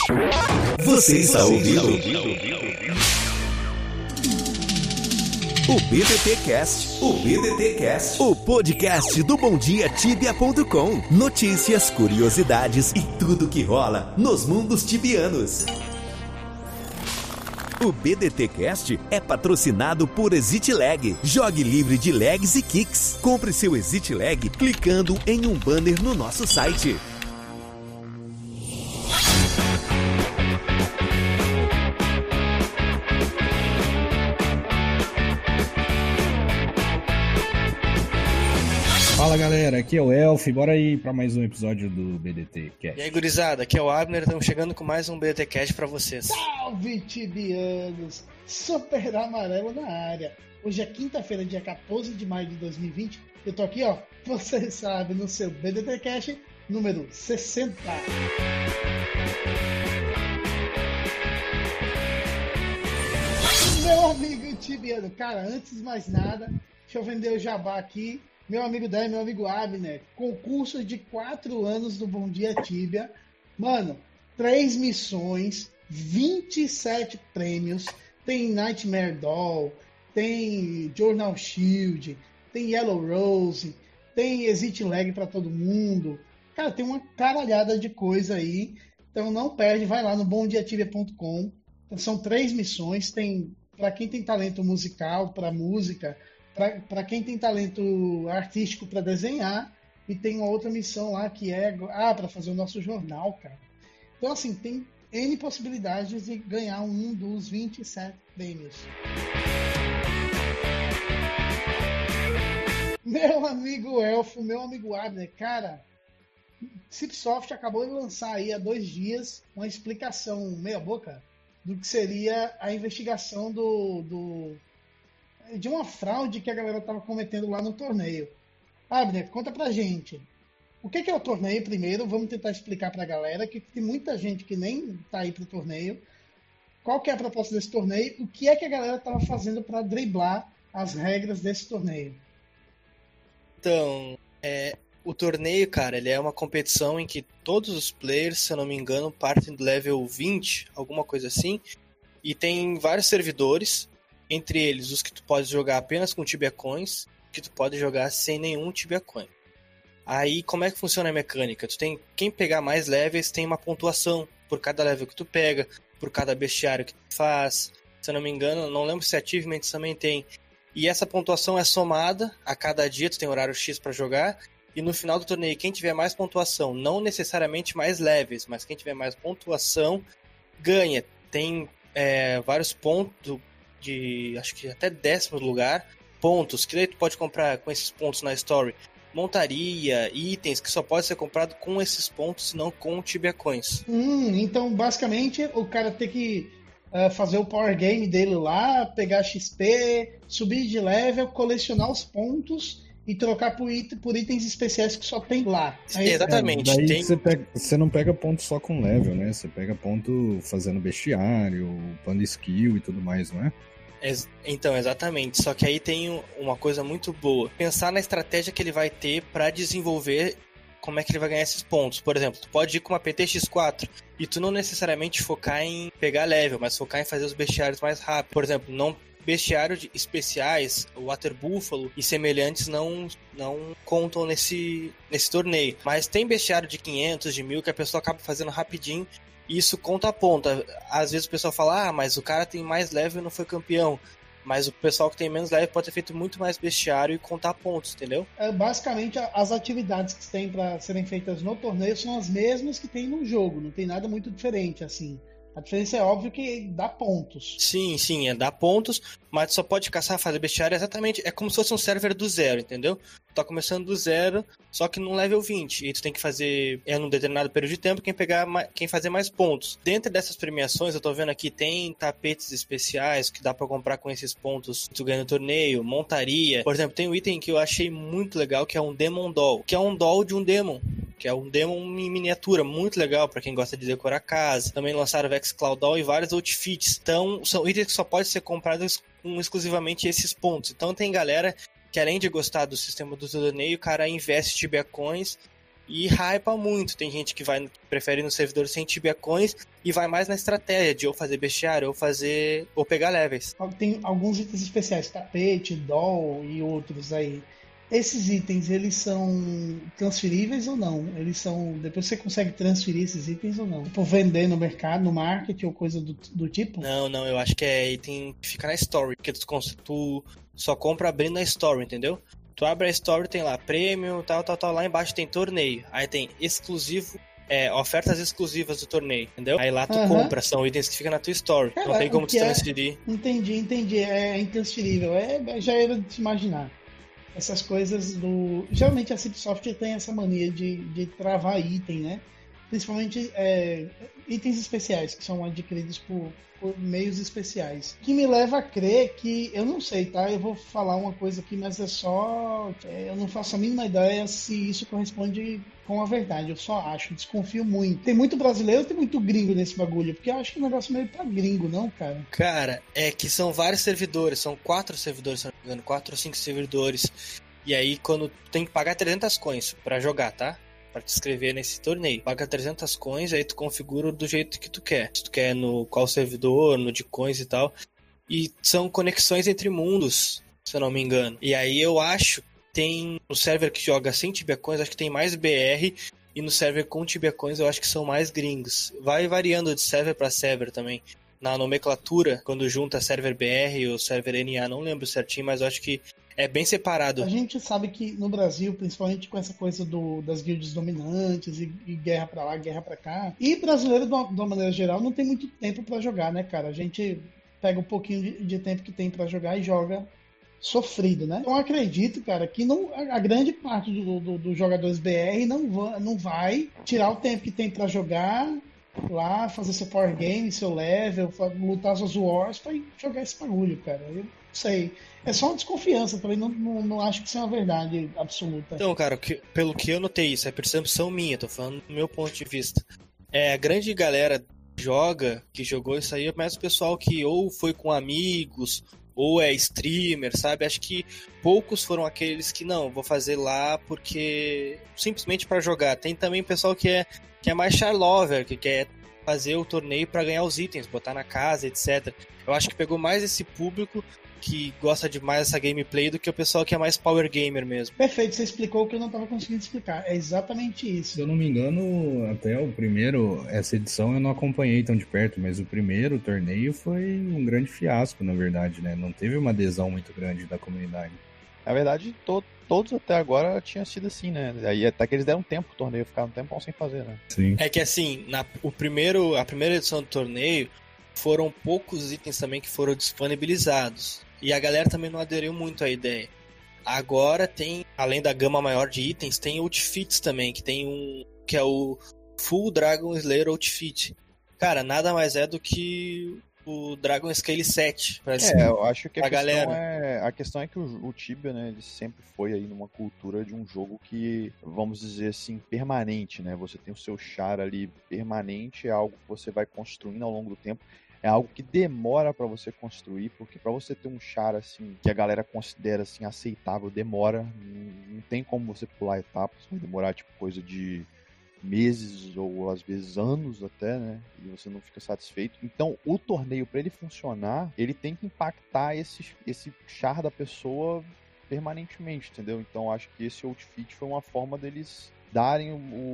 Você está ouvindo o BDT Cast, o podcast do BomDiaTibia.com. Notícias, curiosidades e tudo que rola nos mundos tibianos. O BDT Cast é patrocinado por Exit Lag. Jogue livre de lags e kicks. Compre seu Exit Lag clicando em um banner no nosso site. Fala galera, aqui é o Elf, bora aí para mais um episódio do BDT Cast. E aí gurizada, aqui é o Abner, estamos chegando com mais um BDT Cast pra vocês. Salve tibianos, Super Amarelo na área. Hoje é quinta-feira, dia 14 de maio de 2020. Eu tô aqui, ó, vocês sabem, no seu BDT Cast número 60. Meu amigo tibiano, cara, antes de mais nada, deixa eu vender o jabá aqui. Meu amigo Dan, meu amigo Abner, concurso de 4 anos do Bom Dia Tibia. Mano, 3 missões, 27 prêmios. Tem Nightmare Doll, tem Journal Shield, tem Yellow Rose, tem Exit Lag pra todo mundo. Cara, tem uma caralhada de coisa aí. Então não perde, vai lá no bomdiatibia.com. Então, são 3 missões, tem para quem tem talento musical, para música, para quem tem talento artístico para desenhar, e tem uma outra missão lá que é para fazer o nosso jornal, cara. Então, assim, tem N possibilidades de ganhar um dos 27 prêmios. Meu amigo Elfo, meu amigo Abner, cara, Cipsoft acabou de lançar aí há 2 dias uma explicação meia boca do que seria a investigação de uma fraude que a galera estava cometendo lá no torneio. Abner, conta pra gente. O que é o torneio primeiro? Vamos tentar explicar pra galera, que tem muita gente que nem tá aí pro torneio. Qual que é a proposta desse torneio? O que é que a galera estava fazendo para driblar as regras desse torneio? Então, o torneio, cara, ele é uma competição em que todos os players, se eu não me engano, partem do level 20, alguma coisa assim, e tem vários servidores. Entre eles, os que tu pode jogar apenas com Tibia Coins, que tu pode jogar sem nenhum Tibia Coin. Aí, como é que funciona a mecânica? Quem pegar mais levels tem uma pontuação por cada level que tu pega, por cada bestiário que tu faz. Se eu não me engano, não lembro se Achievements também tem. E essa pontuação é somada, a cada dia tu tem horário X para jogar, e no final do torneio, quem tiver mais pontuação, não necessariamente mais levels, mas quem tiver mais pontuação, ganha. Tem vários pontos de, acho que até 10º lugar, pontos, que daí tu pode comprar com esses pontos na Story, montaria, itens, que só pode ser comprado com esses pontos, não com Tibia Coins. Então, basicamente, o cara tem que fazer o power game dele lá, pegar XP, subir de level, colecionar os pontos e trocar por itens especiais que só tem lá. Aí, exatamente. Daí você não pega ponto só com level, né? Você pega ponto fazendo bestiário, upando skill e tudo mais, não é? Então, exatamente. Só que aí tem uma coisa muito boa. Pensar na estratégia que ele vai ter para desenvolver como é que ele vai ganhar esses pontos. Por exemplo, tu pode ir com uma PTX4 e tu não necessariamente focar em pegar level, mas focar em fazer os bestiários mais rápido. Por exemplo, bestiário de especiais, Water Buffalo e semelhantes não contam nesse torneio. Mas tem bestiário de 500, de 1000 que a pessoa acaba fazendo rapidinho e isso conta a ponta. Às vezes o pessoal fala, mas o cara tem mais level e não foi campeão. Mas o pessoal que tem menos level pode ter feito muito mais bestiário e contar pontos, entendeu? Basicamente, as atividades que tem para serem feitas no torneio são as mesmas que tem no jogo. Não tem nada muito diferente, assim. A diferença é óbvio que dá pontos. Sim, dá pontos, mas só pode caçar, fazer bestiário exatamente. É como se fosse um server do zero, entendeu? Tu tá começando do zero, só que num level 20. E tu tem que fazer, num determinado período de tempo, quem fazer mais pontos. Dentro dessas premiações, eu tô vendo aqui, tem tapetes especiais que dá pra comprar com esses pontos que tu ganha no torneio, montaria. Por exemplo, tem um item que eu achei muito legal, que é um Demon Doll, que é um doll de um Demon. Que é um Demon em miniatura, muito legal pra quem gosta de decorar a casa. Também lançaram o Vex Cloud Doll e vários outfits. Então, são itens que só podem ser comprados com exclusivamente esses pontos. Então, tem galera que, além de gostar do sistema do torneio, o cara investe Tibia Coins e hypa muito. Tem gente que prefere no servidor sem Tibia Coins e vai mais na estratégia de ou fazer bestiário ou pegar levels. Tem alguns itens especiais, tapete, doll e outros aí. Esses itens, eles são transferíveis ou não? Eles são... Depois você consegue transferir esses itens ou não? Tipo, vender no mercado, no market ou coisa do tipo? Não, eu acho que é item que fica na Story, porque tu só compra abrindo na Story, entendeu? Tu abre a Story, tem lá Premium, tal, lá embaixo tem torneio. Aí tem exclusivo, ofertas exclusivas do torneio, entendeu? Aí lá tu compra, são itens que ficam na tua Story. Cara, não tem como tu transferir. Entendi. É intransferível. Já era de se imaginar. Essas coisas do... Geralmente a CD Software tem essa mania de travar item, né? Principalmente itens especiais, que são adquiridos por meios especiais. Que me leva a crer que... Eu não sei, tá? Eu vou falar uma coisa aqui, mas é só... eu não faço a mínima ideia se isso corresponde com a verdade. Eu só acho, desconfio muito. Tem muito brasileiro, tem muito gringo nesse bagulho, porque eu acho que o negócio meio pra gringo, não, cara? Cara, é que são vários servidores, são 4 servidores, se não me engano, 4 ou 5 servidores. E aí, quando tem que pagar 300 coins pra jogar, tá? Pra te inscrever nesse torneio. Paga 300 coins, aí tu configura do jeito que tu quer. Se tu quer no qual servidor, no de coins e tal. E são conexões entre mundos, se eu não me engano. E aí eu acho que tem no server que joga sem Tibia Coins, acho que tem mais BR. E no server com Tibia Coins eu acho que são mais gringos. Vai variando de server pra server também. Na nomenclatura, quando junta server BR e o server NA, não lembro certinho, mas eu acho que é bem separado. A gente sabe que no Brasil, principalmente com essa coisa das guildas dominantes e guerra pra lá, guerra pra cá, e brasileiro, de uma maneira geral, não tem muito tempo pra jogar, né, cara? A gente pega um pouquinho de tempo que tem pra jogar e joga sofrido, né? Então acredito, cara, que a grande parte dos jogadores BR não vai tirar o tempo que tem pra jogar lá, fazer seu power game, seu level, lutar suas wars pra jogar esse bagulho, cara. Eu não sei. É só uma desconfiança, também não acho que isso é uma verdade absoluta. Então, cara, pelo que eu notei isso, é percepção minha, tô falando do meu ponto de vista. A grande galera que jogou isso aí, é mais o pessoal que ou foi com amigos, ou é streamer, sabe? Acho que poucos foram aqueles que, não, vou fazer lá porque simplesmente pra jogar. Tem também pessoal que é mais charlover, que quer fazer o torneio pra ganhar os itens, botar na casa, etc. Eu acho que pegou mais esse público que gosta de mais essa gameplay do que o pessoal que é mais power gamer mesmo. Perfeito, você explicou o que eu não estava conseguindo explicar. É exatamente isso. Se eu não me engano, até o primeiro, essa edição eu não acompanhei tão de perto, mas o primeiro torneio foi um grande fiasco, na verdade, né? Não teve uma adesão muito grande da comunidade. Na verdade, todos até agora tinham sido assim, né? Aí até que eles deram tempo pro torneio, ficaram um tempão sem fazer, né? Sim. É que assim, a primeira edição do torneio, foram poucos itens também que foram disponibilizados. E a galera também não aderiu muito à ideia. Agora tem, além da gama maior de itens, tem outfits também, que é o Full Dragon Slayer Outfit. Cara, nada mais é do que o Dragon Scale 7. Eu acho que a questão é que o Tibia, né, ele sempre foi aí numa cultura de um jogo que, vamos dizer assim, permanente, né? Você tem o seu char ali permanente, é algo que você vai construindo ao longo do tempo. É algo que demora pra você construir, porque pra você ter um char assim, que a galera considera assim aceitável, demora. Não tem como você pular etapas, vai demorar tipo coisa de meses ou às vezes anos até, né? E você não fica satisfeito. Então, o torneio, pra ele funcionar, ele tem que impactar esse char da pessoa permanentemente, entendeu? Então, acho que esse outfit foi uma forma deles darem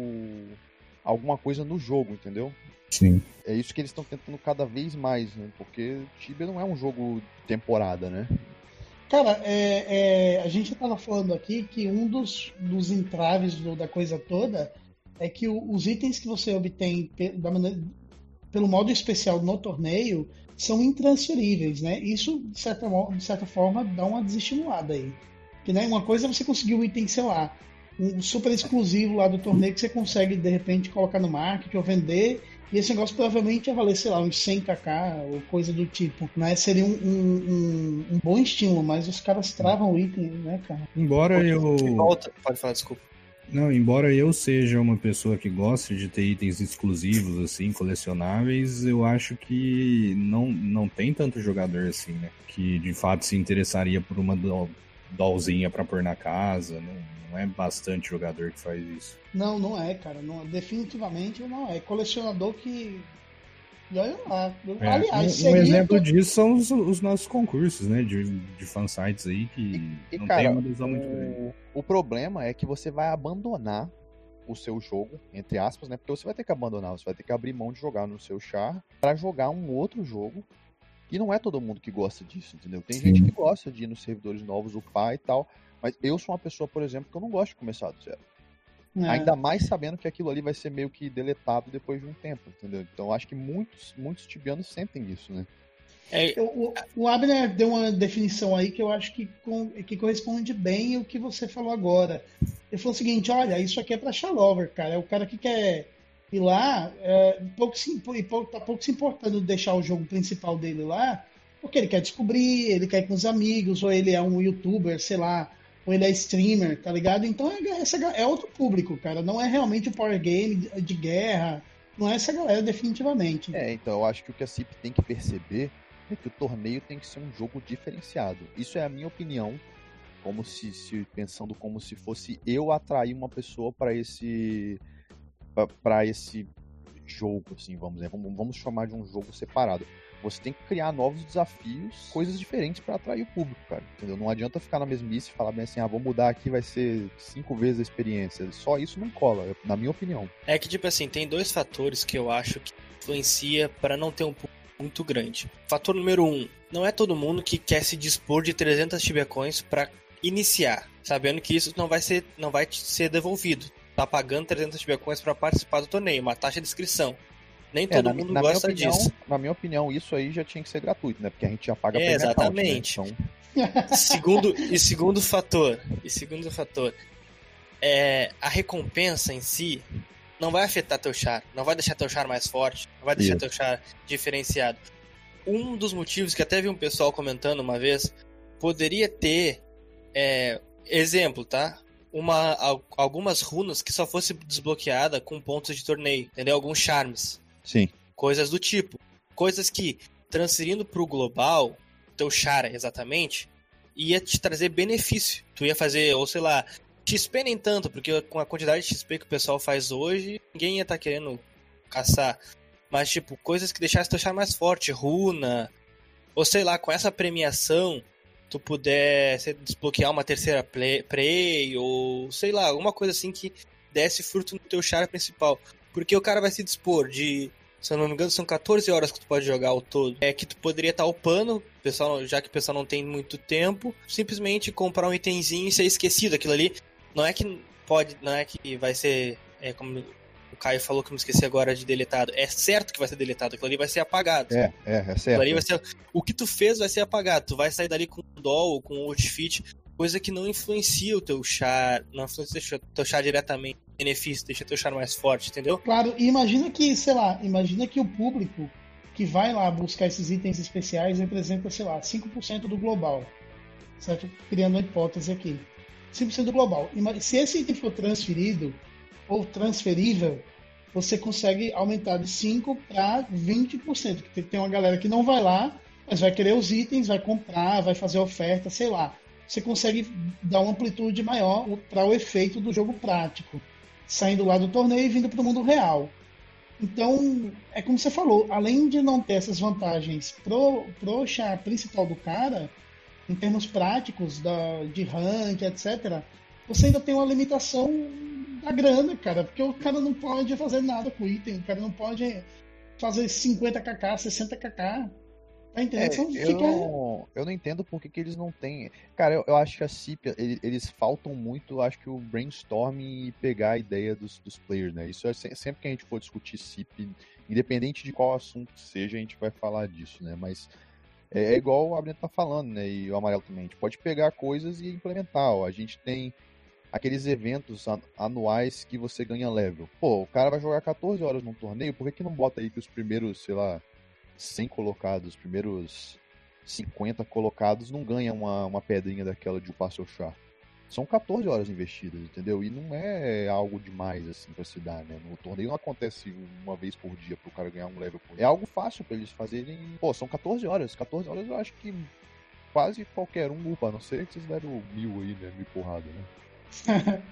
alguma coisa no jogo, entendeu? Sim. É isso que eles estão tentando cada vez mais, né? Porque Tibia não é um jogo de temporada, né? Cara, a gente estava falando aqui que um dos entraves da coisa toda é que os itens que você obtém pelo modo especial no torneio são intransferíveis, né? Isso, de certa forma, dá uma desestimulada aí. Porque, né, uma coisa é você conseguir um item, sei lá, um super exclusivo lá do torneio que você consegue, de repente, colocar no market ou vender. E esse negócio provavelmente ia valer, sei lá, uns 100kk ou coisa do tipo, né? Seria um bom estímulo, mas os caras travam o item, né, cara? Pode falar, desculpa. Não, embora eu seja uma pessoa que goste de ter itens exclusivos, assim, colecionáveis, eu acho que não tem tanto jogador assim, né? Que de fato se interessaria por uma dollzinha pra pôr na casa. Não é bastante jogador que faz isso. Não, não é, cara. Não, definitivamente não é. Colecionador que. E olha lá. Aliás, Um seria. exemplo disso são os nossos concursos, né? De fansites aí que não cara, tem uma adesão muito grande. O problema é que você vai abandonar o seu jogo, entre aspas, né? Porque você vai ter que abandonar, você vai ter que abrir mão de jogar no seu char para jogar um outro jogo. E não é todo mundo que gosta disso, entendeu? Tem Sim. gente que gosta de ir nos servidores novos, upar e tal. Mas eu sou uma pessoa, por exemplo, que eu não gosto de começar do zero. Ainda mais sabendo que aquilo ali vai ser meio que deletado depois de um tempo, entendeu? Então eu acho que muitos tibianos sentem isso, né? O Abner deu uma definição aí que eu acho que corresponde bem ao que você falou agora. Ele falou o seguinte: olha, isso aqui é para Shalover, cara. É o cara que quer ir lá, tá pouco se importando de deixar o jogo principal dele lá, porque ele quer descobrir, ele quer ir com os amigos, ou ele é um youtuber, sei lá, ou ele é streamer, tá ligado? Então é outro público, cara. Não é realmente o power game de guerra. Não é essa galera, definitivamente. Então eu acho que o que a CIP tem que perceber é que o torneio tem que ser um jogo diferenciado. Isso é a minha opinião, como se pensando como se fosse eu atrair uma pessoa para esse jogo, assim, vamos chamar de um jogo separado. Você tem que criar novos desafios, coisas diferentes para atrair o público, cara, entendeu? Não adianta ficar na mesmice e falar bem assim, vou mudar aqui, vai ser 5 vezes a experiência. Só isso não cola, na minha opinião. É que, tipo assim, tem dois fatores que eu acho que influencia para não ter um público muito grande. Fator número 1, não é todo mundo que quer se dispor de 300 Tibia Coins para iniciar, sabendo que isso não vai ser devolvido. Tá pagando 300 Tibia Coins para participar do torneio, uma taxa de inscrição. Nem todo mundo gosta disso. Na minha opinião, isso aí já tinha que ser gratuito, né? Porque a gente já paga premium exatamente. Account, né? Então... segundo fator, a recompensa em si não vai afetar teu char, não vai deixar teu char mais forte, não vai deixar teu char diferenciado. Um dos motivos que até vi um pessoal comentando uma vez, poderia ter, exemplo, tá? Algumas runas que só fosse desbloqueada com pontos de torneio, entendeu? Alguns charmes. Sim. Coisas do tipo. Coisas que, transferindo pro global, teu char exatamente, ia te trazer benefício. Tu ia fazer, ou sei lá, XP nem tanto, porque com a quantidade de XP que o pessoal faz hoje, ninguém ia estar querendo caçar. Mas, tipo, coisas que deixassem teu char mais forte, runa, ou sei lá, com essa premiação, tu puder desbloquear uma terceira prey, ou sei lá, alguma coisa assim que desse fruto no teu char principal. Porque o cara vai se dispor de, se eu não me engano, são 14 horas que tu pode jogar ao todo. É que tu poderia estar upando, pessoal, já que o pessoal não tem muito tempo, simplesmente comprar um itemzinho e ser esquecido. Aquilo ali não é que vai ser, como o Caio falou, que eu me esqueci agora, de deletado. É certo que vai ser deletado, aquilo ali vai ser apagado. É certo. Aquilo ali vai ser, o que tu fez vai ser apagado. Tu vai sair dali com um doll, com um outfit, coisa que não influencia o teu char, não influencia o teu char diretamente, benefício, deixa teu char mais forte, entendeu? Claro, e imagina que o público que vai lá buscar esses itens especiais representa, 5% do global, certo? Criando uma hipótese aqui. 5% do global. Se esse item for transferido ou transferível, você consegue aumentar de 5% para 20%. Porque tem uma galera que não vai lá, mas vai querer os itens, vai comprar, vai fazer oferta, sei lá. Você consegue dar uma amplitude maior para o efeito do jogo prático, saindo lá do torneio e vindo para o mundo real. Então, é como você falou, além de não ter essas vantagens pro char principal do cara, em termos práticos, de rank, etc., você ainda tem uma limitação da grana, cara, porque o cara não pode fazer nada com o item, o cara não pode fazer 50kk, 60kk. Tá entendendo? Eu não entendo por que eles não têm. Cara, eu acho que a CIP, eles faltam muito, acho que o brainstorming e pegar a ideia dos players, né? Isso é sempre que a gente for discutir CIP, independente de qual assunto seja, a gente vai falar disso, né? Mas é igual o Abner tá falando, né? E o Amarelo também. A gente pode pegar coisas e implementar. Ó. A gente tem aqueles eventos anuais que você ganha level. Pô, o cara vai jogar 14 horas num torneio, por que não bota aí que os primeiros, sei lá, 100 colocados, os primeiros 50 colocados não ganham uma pedrinha daquela de upar seu char? São 14 horas investidas, entendeu? E não é algo demais, assim, pra se dar, né? No torneio não acontece uma vez por dia pro cara ganhar um level por dia. É algo fácil pra eles fazerem. Pô, são 14 horas. 14 horas eu acho que quase qualquer um upa, a não ser que vocês level 1000 aí, né? 1000 porrada, né?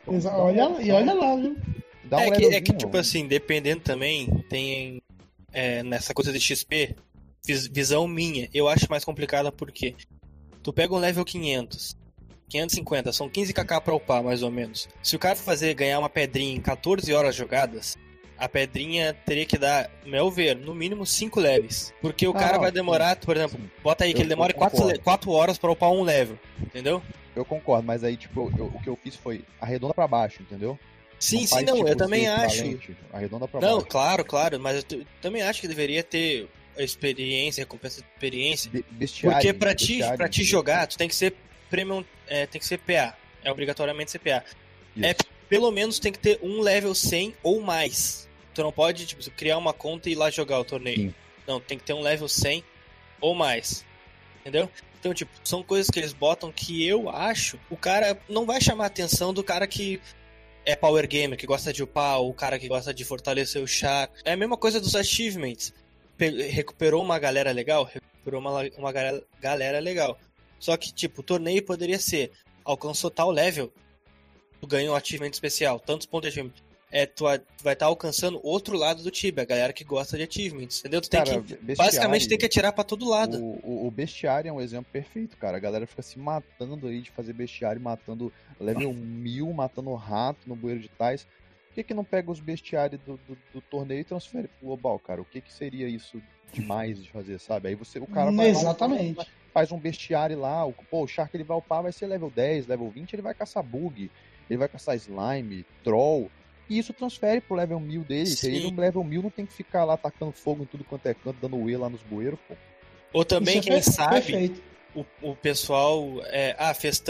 olha lá, viu? Dá um É que, levelzinho, tipo assim, dependendo também, tem nessa coisa de XP, visão minha, eu acho mais complicada porque tu pega um level 500, 550, são 15kk pra upar, mais ou menos. Se o cara ganhar uma pedrinha em 14 horas jogadas, a pedrinha teria que dar, meu ver, no mínimo 5 levels. Porque o cara vai demorar, por exemplo, bota aí que ele demora 4 horas pra upar um level, entendeu? Eu concordo, mas aí, tipo, o que eu fiz foi arredonda pra baixo, entendeu? Sim, faz, não, tipo, eu também acho. Arredonda pra Não, baixo. claro, mas eu também acho que deveria ter a experiência, a recompensa de experiência. Bestiário, Porque pra te jogar, tu tem que ser premium, tem que ser PA. É obrigatoriamente ser PA. Pelo menos tem que ter um level 100 ou mais. Tu não pode, tipo, criar uma conta e ir lá jogar o torneio. Sim. Não, tem que ter um level 100 ou mais. Entendeu? Então, tipo, são coisas que eles botam que eu acho o cara não vai chamar a atenção do cara que é power gamer, que gosta de upar, ou o cara que gosta de fortalecer o char. É a mesma coisa dos achievements. Recuperou uma galera legal? Recuperou uma galera legal. Só que, tipo, o torneio poderia ser, alcançou tal level, tu ganha um achievement especial, tantos pontos de achievement. Tu vai estar alcançando outro lado do Tibia, a galera que gosta de achievements, entendeu? Tu tem que, basicamente, tem que atirar pra todo lado. O bestiário é um exemplo perfeito, cara. A galera fica se matando aí de fazer bestiário, matando level 1000, matando rato no bueiro de tais. Por que não pega os bestiários do torneio e transfere pro global, cara? O que seria isso demais de fazer, sabe? Aí o cara vai Exatamente. lá, faz um bestiário lá, o Shark ele vai upar, vai ser level 10, level 20, ele vai caçar bug, ele vai caçar slime, troll, e isso transfere pro level 1000 dele. Sim. Aí no level 1000 não tem que ficar lá atacando fogo em tudo quanto é canto, dando E lá nos bueiros, pô. Ou também, Isso quem sabe, perfeito. o pessoal fez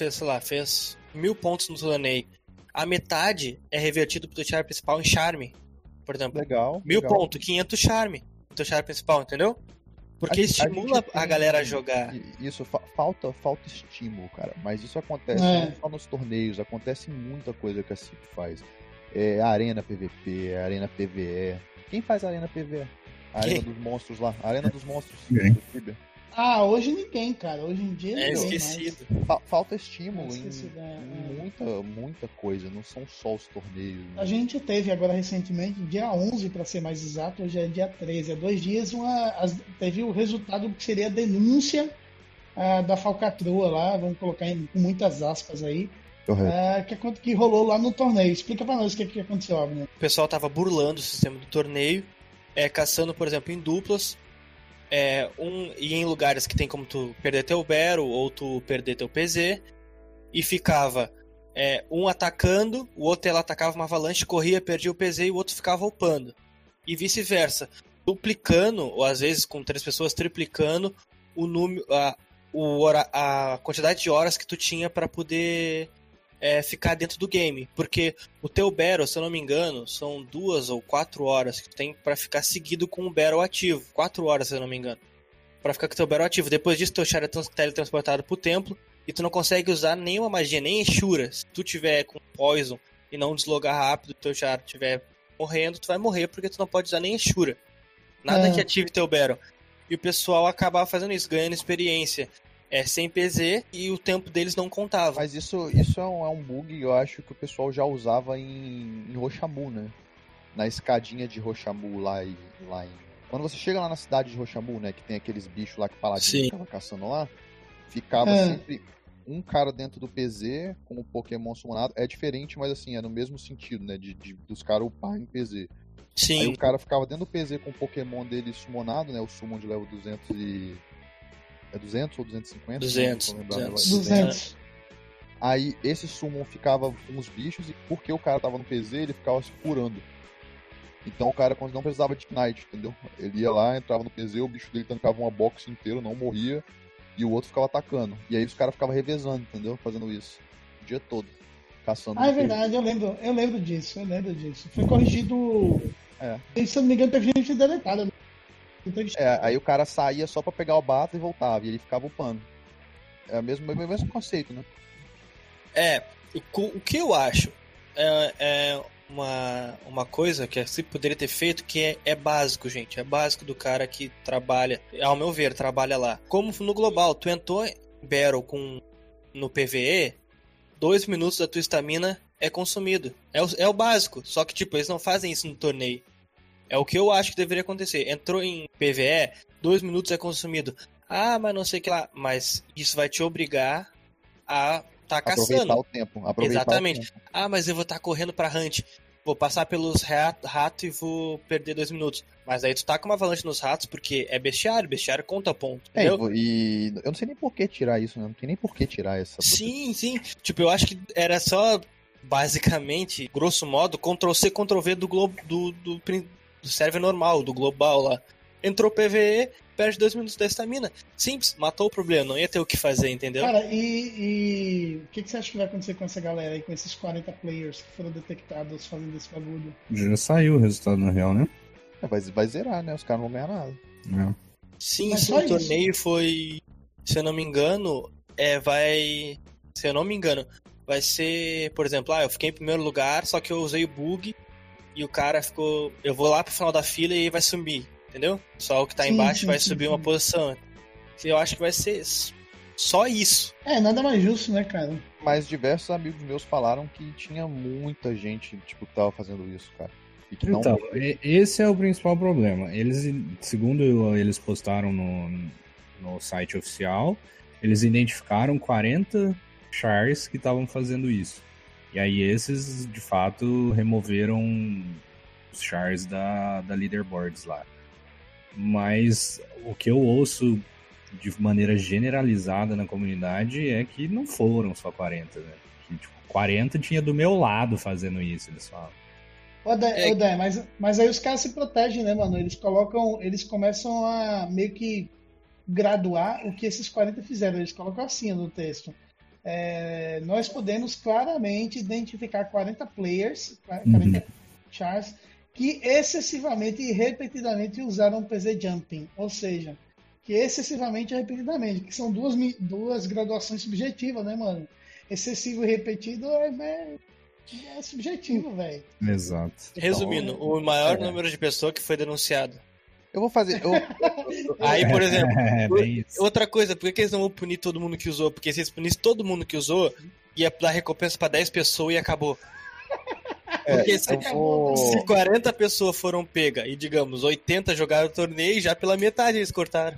1000 pontos no torneio. A metade é revertido pro teu char principal em charme. Por exemplo, Legal. 1000 pontos, 500 charme no teu char principal, entendeu? Porque estimula a galera a jogar. Isso, falta estímulo, cara. Mas isso acontece não só nos torneios, acontece muita coisa que a CIP faz. Arena PVP, Arena PVE. Quem faz a Arena PVE? A Arena dos Monstros lá. A Arena dos Monstros do Tibia. Hoje ninguém, cara. Hoje em dia ninguém esquecido. Falta estímulo em muita coisa. Não são só os torneios. Né? A gente teve agora recentemente, dia 11, para ser mais exato, hoje é dia 13. Há 2 dias teve o resultado que seria a denúncia da falcatrua lá, vamos colocar com muitas aspas aí, que rolou lá no torneio. Explica pra nós o que aconteceu, Abner. O pessoal tava burlando o sistema do torneio, caçando, por exemplo, em duplas, e em lugares que tem como tu perder teu Battle ou tu perder teu PZ, e ficava um atacando, o outro ela atacava uma avalanche, corria, perdia o PZ e o outro ficava upando. E vice-versa, duplicando, ou às vezes com 3 pessoas, triplicando o número, a quantidade de horas que tu tinha para poder ficar dentro do game. Porque o teu Battle, se eu não me engano, são 2 ou 4 horas que tu tem para ficar seguido com o Battle ativo. 4 horas, se eu não me engano. Pra ficar com o teu Battle ativo. Depois disso, teu char é teletransportado pro templo e tu não consegue usar nenhuma magia, nem Eshura. Se tu tiver com Poison e não deslogar rápido, teu char estiver morrendo, tu vai morrer porque tu não pode usar nem Eshura. Nada que ative teu Battle. E o pessoal acabava fazendo isso, ganhando experiência sem PZ, e o tempo deles não contava. Mas isso é um bug, eu acho, que o pessoal já usava em Roshamu, né? Na escadinha de Roshamu lá em... Quando você chega lá na cidade de Roshamu, né? Que tem aqueles bichos lá que Paladino ficava caçando lá, ficava sempre um cara dentro do PZ com o Pokémon summonado. É diferente, mas assim, é no mesmo sentido, né? Dos caras upar em PZ. Sim. Aí o cara ficava dentro do PZ com o Pokémon dele summonado, né? O Summon de level 200 e... É 200 ou 250? 200. Aí esse Summon ficava com os bichos e porque o cara tava no PZ, ele ficava se curando. Então o cara não precisava de Knight, entendeu? Ele ia lá, entrava no PZ, o bicho dele tancava uma box inteira, não morria, e o outro ficava atacando. E aí os caras ficavam revezando, entendeu? Fazendo isso. O dia todo. Caçando. É verdade, eu lembro disso. Foi corrigido. E, se eu não me engano, teve gente deletada. Aí o cara saía só pra pegar o bata e voltava, e ele ficava upando. É o mesmo conceito, né? O que eu acho uma coisa que a CIP poderia ter feito que é básico, gente. É básico do cara que trabalha, ao meu ver, trabalha lá. Como no global, tu entrou em Battle no PvE, 2 minutos da tua estamina é consumido. É o básico. Só que, tipo, eles não fazem isso no torneio. É o que eu acho que deveria acontecer. Entrou em PvE, 2 minutos é consumido. Ah, mas não sei o que lá. Mas isso vai te obrigar a tá caçando. Aproveitar o tempo. Exatamente. O tempo. Ah, mas eu vou estar correndo pra Hunt. Vou passar pelos ratos e vou perder 2 minutos. Mas aí tu tá com uma avalanche nos ratos porque é bestiário. Bestiário conta ponto. Entendeu? E eu não sei nem por que tirar isso, né? Não tem nem por que tirar essa. Sim. Tipo, eu acho que era só, basicamente, grosso modo, Ctrl-C, Ctrl-V do server normal, do global lá. Entrou PvE, perde 2 minutos da estamina. Simples, matou o problema, não ia ter o que fazer, entendeu? Cara, e o que você acha que vai acontecer com essa galera aí, com esses 40 players que foram detectados fazendo esse bagulho? Já saiu o resultado na real, né? Vai zerar, né? Os caras não vão ganhar nada. É. Sim, Mas se só o torneio foi, se eu não me engano, vai ser, por exemplo, eu fiquei em primeiro lugar, só que eu usei o bug e o cara ficou, eu vou lá pro final da fila e vai sumir, entendeu? Só o que tá embaixo vai subir uma posição. Eu acho que vai ser só isso. Nada mais justo, né, cara? Mas diversos amigos meus falaram que tinha muita gente, tipo, que tava fazendo isso, cara. E que não... Então, esse é o principal problema. Eles, segundo eles postaram no site oficial, eles identificaram 40 chars que estavam fazendo isso. E aí esses, de fato, removeram os chars da leaderboards lá. Mas o que eu ouço de maneira generalizada na comunidade é que não foram só 40, né? Que, tipo, 40 tinha do meu lado fazendo isso, eles falam. Dé, mas aí os caras se protegem, né, mano? Eles começam a meio que graduar o que esses 40 fizeram. Eles colocam assim no texto. Nós podemos claramente identificar 40 players, 40 chars, que excessivamente e repetidamente usaram o PZ Jumping. Ou seja, que excessivamente e repetidamente, que são duas graduações subjetivas, né, mano? Excessivo e repetido é subjetivo, velho. Exato. Resumindo, o maior número de pessoas que foi denunciado. Eu vou fazer... Aí, por exemplo, outra coisa, por que eles não vão punir todo mundo que usou? Porque se eles punissem todo mundo que usou, ia dar recompensa pra 10 pessoas e acabou. Porque se 40 pessoas foram pegas e, digamos, 80 jogaram o torneio, já pela metade eles cortaram.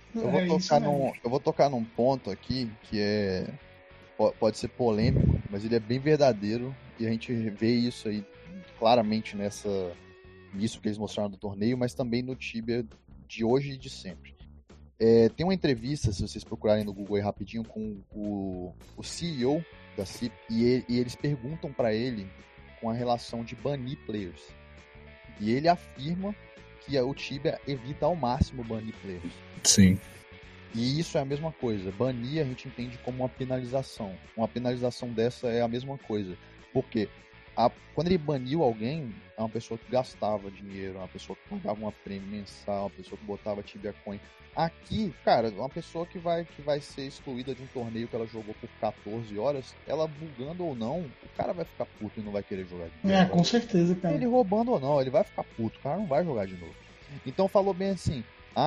Eu vou tocar num ponto aqui que pode ser polêmico, mas ele é bem verdadeiro e a gente vê isso aí claramente nisso que eles mostraram do torneio, mas também no Tibia de hoje e de sempre. Tem uma entrevista, se vocês procurarem no Google aí rapidinho, com o CEO da CIP e eles perguntam para ele com a relação de banir players. E ele afirma que o Tibia evita ao máximo banir players. Sim. E isso é a mesma coisa. Banir a gente entende como uma penalização. Uma penalização dessa é a mesma coisa. Porque quando ele baniu alguém, é uma pessoa que gastava dinheiro, uma pessoa que pagava uma prêmio mensal, uma pessoa que botava Tibia Coin. Aqui, cara, uma pessoa que vai ser excluída de um torneio que ela jogou por 14 horas, ela bugando ou não, o cara vai ficar puto e não vai querer jogar de novo. Com certeza, cara. Ele roubando ou não, ele vai ficar puto, o cara não vai jogar de novo. Então falou bem assim,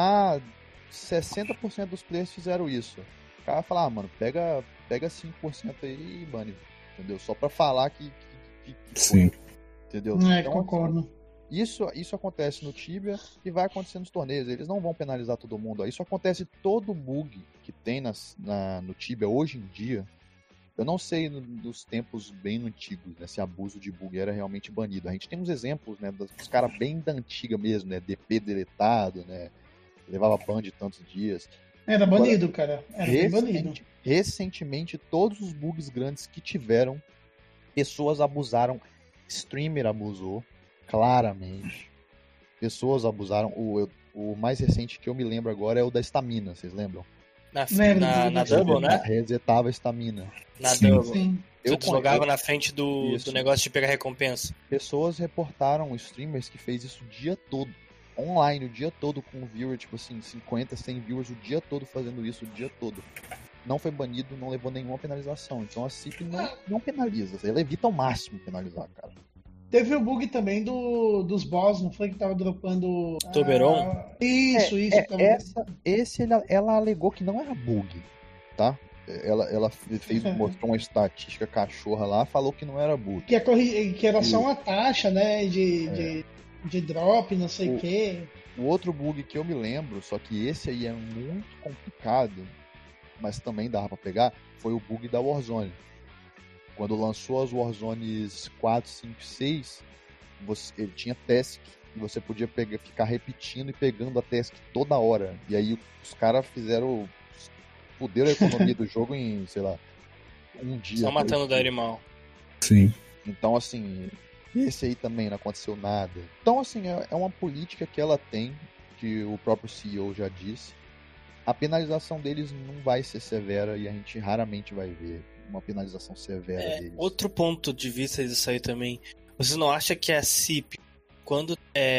60% dos players fizeram isso. O cara vai falar, mano, pega 5% aí e bane, entendeu? Só pra falar que sim. Entendeu? Então, concordo. Isso acontece no Tibia e vai acontecer nos torneios. Eles não vão penalizar todo mundo. Isso acontece todo bug que tem no Tibia hoje em dia. Eu não sei nos tempos bem antigos, né, se abuso de bug era realmente banido. A gente tem uns exemplos, né, dos caras bem da antiga mesmo, né, DP deletado, né, levava ban de tantos dias. Era banido, cara. Era banido. Recentemente, todos os bugs grandes que tiveram, pessoas abusaram, streamer abusou, claramente. Pessoas abusaram. O mais recente que eu me lembro agora é o da estamina, vocês lembram? Na Double, né? Resetava a estamina. Na Double. Sim. Eu jogava na frente do negócio de pegar recompensa. Pessoas reportaram streamers que fez isso o dia todo. Online, o dia todo, com viewer, tipo assim, 50, 100 viewers o dia todo fazendo isso, o dia todo. Não foi banido, não levou nenhuma penalização. Então a CIP não penaliza. Ela evita ao máximo penalizar, cara. Teve o bug também dos boss, não foi que tava dropando... Toberon? Isso. Ela alegou que não era bug, tá? Ela mostrou uma estatística cachorra lá, falou que não era bug. Que era só uma taxa, né, de drop, não sei o quê. O outro bug que eu me lembro, só que esse aí é muito complicado, mas também dava pra pegar, foi o bug da Warzone. Quando lançou as Warzones 4, 5, 6, ele tinha task e você podia ficar repetindo e pegando a task toda hora. E aí os caras fuderam a economia do jogo em, sei lá, um dia. Só matando o Dairy Mal. Sim. Então, assim, esse aí também não aconteceu nada. Então, assim, é uma política que ela tem, que o próprio CEO já disse. A penalização deles não vai ser severa e a gente raramente vai ver uma penalização severa deles. Outro ponto de vista disso aí também. Vocês não acham que a CIP, quando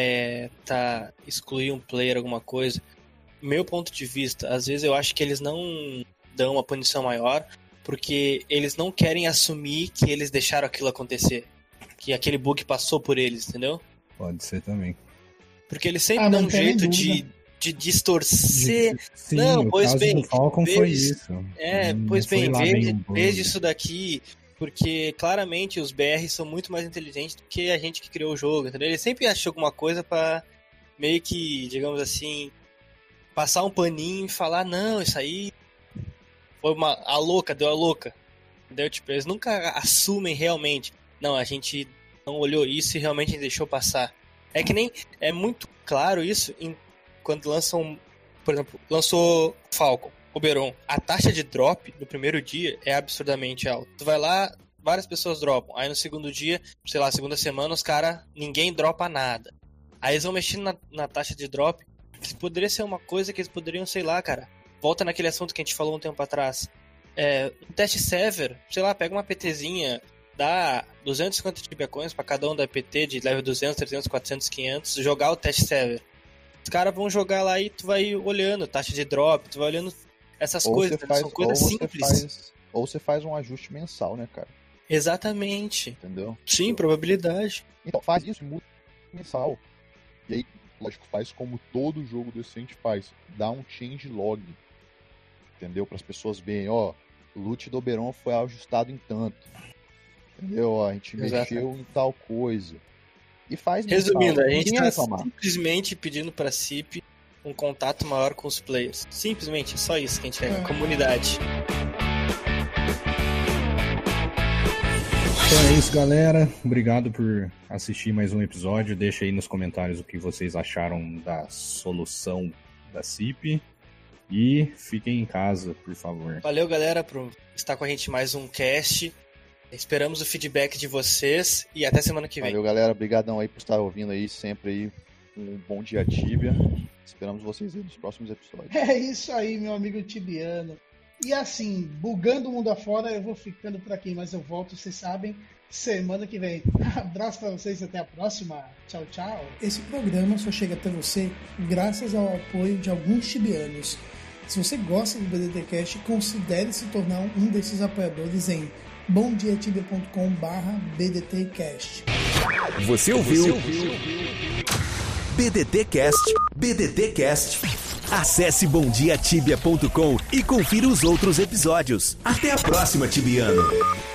excluir um player, alguma coisa, meu ponto de vista, às vezes eu acho que eles não dão uma punição maior porque eles não querem assumir que eles deixaram aquilo acontecer, que aquele bug passou por eles, entendeu? Pode ser também. Porque eles sempre dão um jeito de distorcer. Sim, não, pois bem, do Falcon foi isso. Pois bem, veja isso daqui, porque claramente os BR são muito mais inteligentes do que a gente que criou o jogo, entendeu? Eles sempre acham alguma coisa pra meio que, digamos assim, passar um paninho e falar, não, isso aí foi deu a louca, entendeu? Tipo, eles nunca assumem realmente, não, a gente não olhou isso e realmente deixou passar. É que nem, é muito claro isso quando lançam, por exemplo, lançou Falcon, Oberon, a taxa de drop no primeiro dia é absurdamente alta. Tu vai lá, várias pessoas dropam, aí no segundo dia, sei lá, segunda semana, ninguém dropa nada. Aí eles vão mexendo na taxa de drop, que poderia ser uma coisa que eles poderiam, sei lá, cara, volta naquele assunto que a gente falou um tempo atrás, um teste server, sei lá, pega uma PTzinha, dá 250 Tibia Coins pra cada um da PT de level 200, 300, 400, 500, jogar o teste server. Os caras vão jogar lá e tu vai olhando taxa de drop, tu vai olhando essas coisas, são coisas simples. Ou você faz um ajuste mensal, né, cara? Exatamente. Entendeu? Sim, probabilidade. Então, faz isso, muda mensal. E aí, lógico, faz como todo jogo decente faz. Dá um change log. Entendeu? Para as pessoas verem, ó, o loot do Oberon foi ajustado em tanto. Entendeu? Ó, a gente mexeu em tal coisa. E faz resumindo, a gente tá simplesmente pedindo pra CIP um contato maior com os players. Simplesmente, só isso que a gente quer, comunidade. Então é isso, galera. Obrigado por assistir mais um episódio. Deixa aí nos comentários o que vocês acharam da solução da CIP. E fiquem em casa, por favor. Valeu, galera, por estar com a gente mais um cast. Esperamos o feedback de vocês e até semana que vem. Valeu, galera. Obrigadão aí por estar ouvindo aí sempre aí. Um bom dia, Tibia. Esperamos vocês aí nos próximos episódios. É isso aí, meu amigo tibiano. E assim, bugando o mundo afora, eu vou ficando por aqui, mas eu volto, vocês sabem, semana que vem. Abraço pra vocês e até a próxima. Tchau, tchau. Esse programa só chega até você graças ao apoio de alguns tibianos. Se você gosta do BDTcast, considere se tornar um desses apoiadores em bomdiatibia.com/BDTcast. Você ouviu? BDTcast. Acesse bomdiatibia.com e confira os outros episódios. Até a próxima, tibiano!